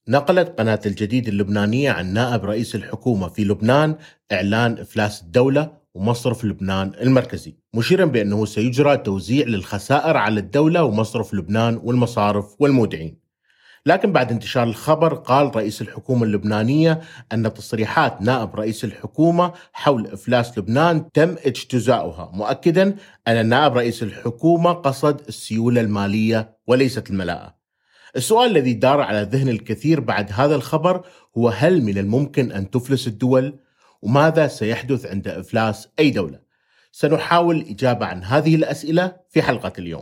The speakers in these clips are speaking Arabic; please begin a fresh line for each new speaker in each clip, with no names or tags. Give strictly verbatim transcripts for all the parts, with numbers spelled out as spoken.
نقلت قناة الجديد اللبنانية عن نائب رئيس الحكومة في لبنان إعلان إفلاس الدولة ومصرف لبنان المركزي، مشيرا بأنه سيجرى توزيع للخسائر على الدولة ومصرف لبنان والمصارف والمودعين. لكن بعد انتشار الخبر قال رئيس الحكومة اللبنانية أن تصريحات نائب رئيس الحكومة حول إفلاس لبنان تم اجتزاؤها، مؤكدا أن نائب رئيس الحكومة قصد السيولة المالية وليست الملاءة. السؤال الذي دار على ذهن الكثير بعد هذا الخبر هو: هل من الممكن أن تفلس الدول؟ وماذا سيحدث عند إفلاس أي دولة؟ سنحاول الإجابة عن هذه الأسئلة في حلقة اليوم.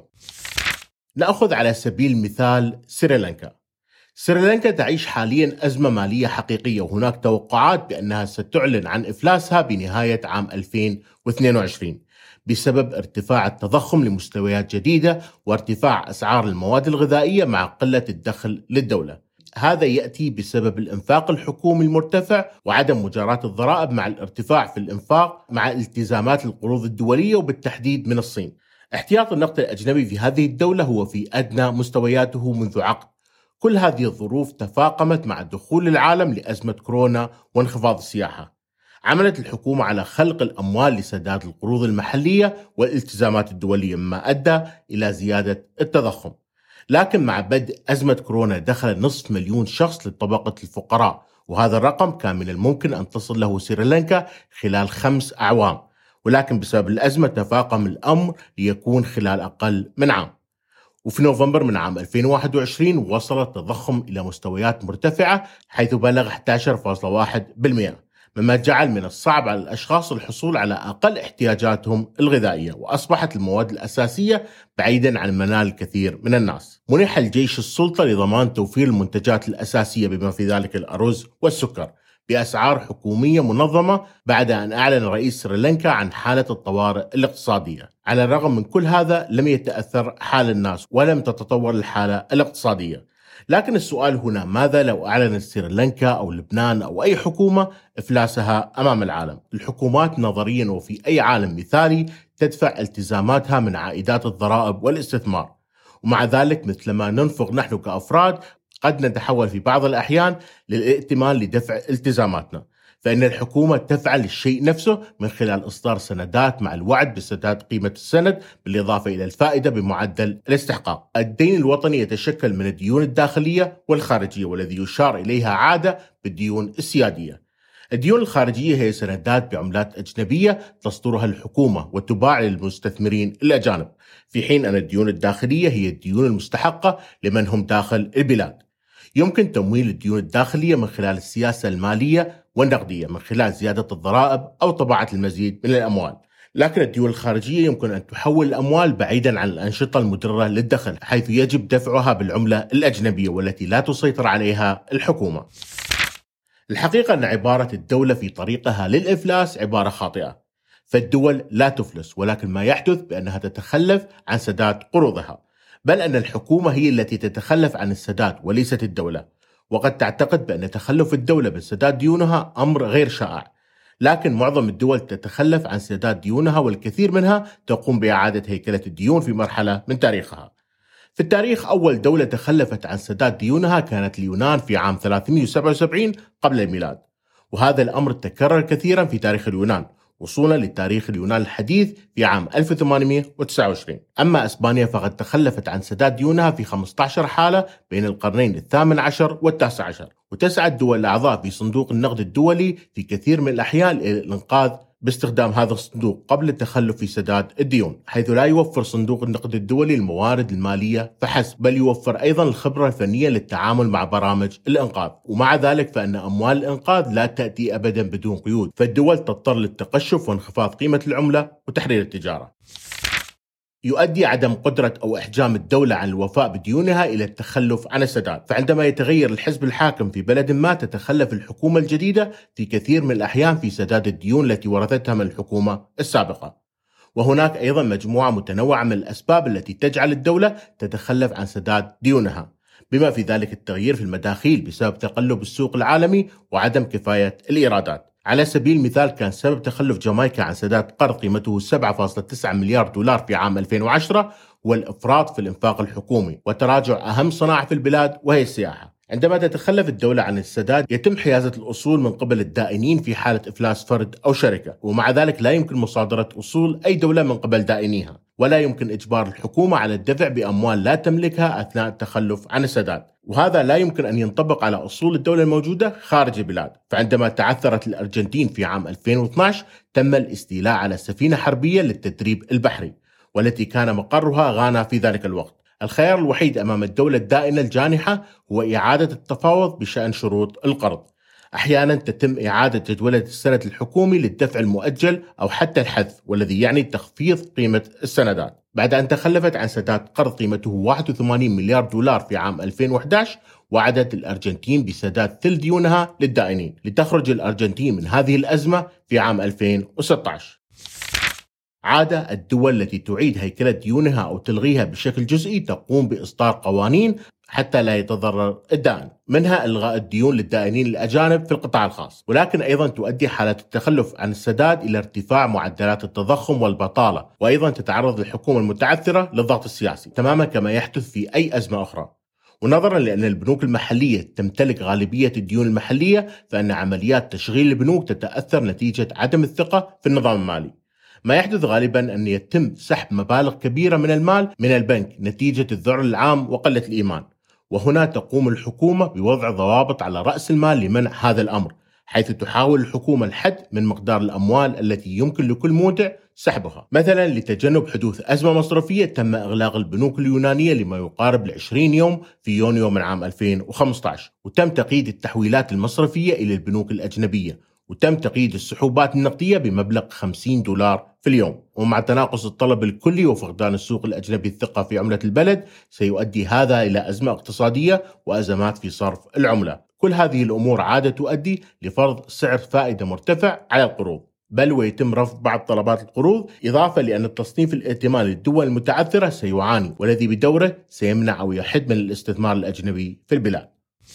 نأخذ على سبيل المثال سريلانكا. سريلانكا تعيش حاليا أزمة مالية حقيقية، وهناك توقعات بأنها ستعلن عن إفلاسها بنهاية عام ألفين واثنين وعشرين بسبب ارتفاع التضخم لمستويات جديدة وارتفاع أسعار المواد الغذائية مع قلة الدخل للدولة. هذا يأتي بسبب الإنفاق الحكومي المرتفع وعدم مجاراة الضرائب مع الارتفاع في الإنفاق مع التزامات القروض الدولية وبالتحديد من الصين. احتياط النقد الأجنبي في هذه الدولة هو في أدنى مستوياته منذ عقد. كل هذه الظروف تفاقمت مع دخول العالم لأزمة كورونا وانخفاض السياحة. عملت الحكومة على خلق الأموال لسداد القروض المحلية والالتزامات الدولية، مما أدى إلى زيادة التضخم. لكن مع بدء أزمة كورونا دخل نصف مليون شخص لطبقة الفقراء، وهذا الرقم كان من الممكن أن تصل له سريلانكا خلال خمس أعوام، ولكن بسبب الأزمة تفاقم الأمر ليكون خلال أقل من عام. وفي نوفمبر من عام ألفين وواحد وعشرين وصل التضخم إلى مستويات مرتفعة حيث بلغ أحد عشر فاصلة واحد بالمئة، مما جعل من الصعب على الأشخاص الحصول على أقل احتياجاتهم الغذائية، وأصبحت المواد الأساسية بعيدا عن منال الكثير من الناس. منح الجيش السلطة لضمان توفير المنتجات الأساسية بما في ذلك الأرز والسكر بأسعار حكومية منظمة بعد أن أعلن رئيس سريلانكا عن حالة الطوارئ الاقتصادية. على الرغم من كل هذا لم يتأثر حال الناس ولم تتطور الحالة الاقتصادية. لكن السؤال هنا: ماذا لو أعلنت سريلانكا أو لبنان أو أي حكومة إفلاسها أمام العالم؟ الحكومات نظريا وفي أي عالم مثالي تدفع التزاماتها من عائدات الضرائب والاستثمار، ومع ذلك مثلما ننفق نحن كأفراد قد نتحول في بعض الأحيان للائتمان لدفع التزاماتنا، فإن الحكومة تفعل الشيء نفسه من خلال إصدار سندات مع الوعد بسداد قيمة السند بالإضافة إلى الفائدة بمعدل الاستحقاق. الدين الوطني يتشكل من الديون الداخلية والخارجية، والذي يشار إليها عادة بالديون السيادية. الديون الخارجية هي سندات بعملات أجنبية تصدرها الحكومة وتباع للمستثمرين الأجانب، في حين أن الديون الداخلية هي الديون المستحقة لمن هم داخل البلاد. يمكن تمويل الديون الداخلية من خلال السياسة المالية والنقدية من خلال زيادة الضرائب أو طباعة المزيد من الأموال، لكن الديون الخارجية يمكن أن تحول الأموال بعيدا عن الأنشطة المدرة للدخل، حيث يجب دفعها بالعملة الأجنبية والتي لا تسيطر عليها الحكومة. الحقيقة أن عبارة الدولة في طريقها للإفلاس عبارة خاطئة، فالدول لا تفلس، ولكن ما يحدث بأنها تتخلف عن سداد قروضها، بل أن الحكومة هي التي تتخلف عن السداد وليست الدولة. وقد تعتقد بأن تخلف الدولة بسداد ديونها أمر غير شائع، لكن معظم الدول تتخلف عن سداد ديونها، والكثير منها تقوم بإعادة هيكلة الديون في مرحلة من تاريخها. في التاريخ أول دولة تخلفت عن سداد ديونها كانت اليونان في عام ثلاثمئة وسبعة وسبعين قبل الميلاد، وهذا الأمر تكرر كثيرا في تاريخ اليونان وصولا لتاريخ اليونان الحديث في عام ألف وثمانمئة وتسعة وعشرين. أما أسبانيا فقد تخلفت عن سداد ديونها في خمسة عشر حالة بين القرنين الثامن عشر والتاسع عشر، وتسعى الدول الأعضاء في صندوق النقد الدولي في كثير من الأحيان إلى الإنقاذ باستخدام هذا الصندوق قبل التخلف في سداد الديون، حيث لا يوفر صندوق النقد الدولي الموارد المالية فحسب، بل يوفر أيضا الخبرة الفنية للتعامل مع برامج الإنقاذ. ومع ذلك فإن أموال الإنقاذ لا تأتي أبدا بدون قيود، فالدول تضطر للتقشف وانخفاض قيمة العملة وتحرير التجارة. يؤدي عدم قدرة أو إحجام الدولة عن الوفاء بديونها إلى التخلف عن السداد، فعندما يتغير الحزب الحاكم في بلد ما تتخلف الحكومة الجديدة في كثير من الأحيان في سداد الديون التي ورثتها من الحكومة السابقة. وهناك أيضا مجموعة متنوعة من الأسباب التي تجعل الدولة تتخلف عن سداد ديونها، بما في ذلك التغيير في المداخيل بسبب تقلب السوق العالمي وعدم كفاية الإيرادات. على سبيل المثال كان سبب تخلف جامايكا عن سداد قرض قيمته سبعة فاصلة تسعة مليار دولار في عام ألفين وعشرة هو الإفراط في الإنفاق الحكومي وتراجع أهم صناعة في البلاد وهي السياحة. عندما تتخلف الدولة عن السداد يتم حيازة الأصول من قبل الدائنين في حالة إفلاس فرد أو شركة، ومع ذلك لا يمكن مصادرة أصول أي دولة من قبل دائنيها، ولا يمكن إجبار الحكومة على الدفع بأموال لا تملكها أثناء التخلف عن السداد، وهذا لا يمكن أن ينطبق على أصول الدولة الموجودة خارج البلاد. فعندما تعثرت الأرجنتين في عام ألفين واثني عشر تم الاستيلاء على سفينة حربية للتدريب البحري، والتي كان مقرها غانا في ذلك الوقت. الخيار الوحيد أمام الدولة الدائنة الجانحة هو إعادة التفاوض بشأن شروط القرض. أحيانا تتم إعادة جدولة السند الحكومي للدفع المؤجل أو حتى الحذف، والذي يعني تخفيض قيمة السندات. بعد أن تخلفت عن سداد قرض قيمته واحد وثمانين مليار دولار في عام ألفين وأحد عشر، وعدت الأرجنتين بسداد ثلث ديونها للدائنين لتخرج الأرجنتين من هذه الأزمة في عام ألفين وستة عشر. عادة الدول التي تعيد هيكلة ديونها أو تلغيها بشكل جزئي تقوم بإصدار قوانين حتى لا يتضرر الدائن، منها إلغاء الديون للدائنين الأجانب في القطاع الخاص، ولكن أيضا تؤدي حالات التخلف عن السداد إلى ارتفاع معدلات التضخم والبطالة، وأيضا تتعرض الحكومة المتعثرة للضغط السياسي تماما كما يحدث في أي أزمة أخرى. ونظرا لأن البنوك المحلية تمتلك غالبية الديون المحلية، فإن عمليات تشغيل البنوك تتأثر نتيجة عدم الثقة في النظام المالي. ما يحدث غالبا أن يتم سحب مبالغ كبيرة من المال من البنك نتيجة الذعر العام وقلة الإيمان، وهنا تقوم الحكومة بوضع ضوابط على رأس المال لمنع هذا الأمر، حيث تحاول الحكومة الحد من مقدار الأموال التي يمكن لكل مودع سحبها. مثلا لتجنب حدوث أزمة مصرفية تم إغلاق البنوك اليونانية لما يقارب العشرين يوم في يونيو من عام ألفين وخمسة عشر، وتم تقييد التحويلات المصرفية إلى البنوك الأجنبية، وتم تقييد السحوبات النقدية بمبلغ خمسين دولار في اليوم. ومع تناقص الطلب الكلي وفقدان السوق الأجنبي الثقة في عملة البلد، سيؤدي هذا إلى أزمة اقتصادية وأزمات في صرف العملة. كل هذه الأمور عادة تؤدي لفرض سعر فائدة مرتفع على القروض، بل ويتم رفض بعض طلبات القروض، إضافة لأن التصنيف الائتماني للدول المتعثرة سيعاني، والذي بدوره سيمنع أو يحد من الاستثمار الأجنبي في البلاد.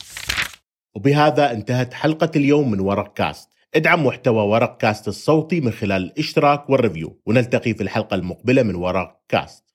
وبهذا انتهت حلقة اليوم من ورق كاست. ادعم محتوى ورق كاست الصوتي من خلال الاشتراك والريفيو، ونلتقي في الحلقة المقبلة من ورق كاست.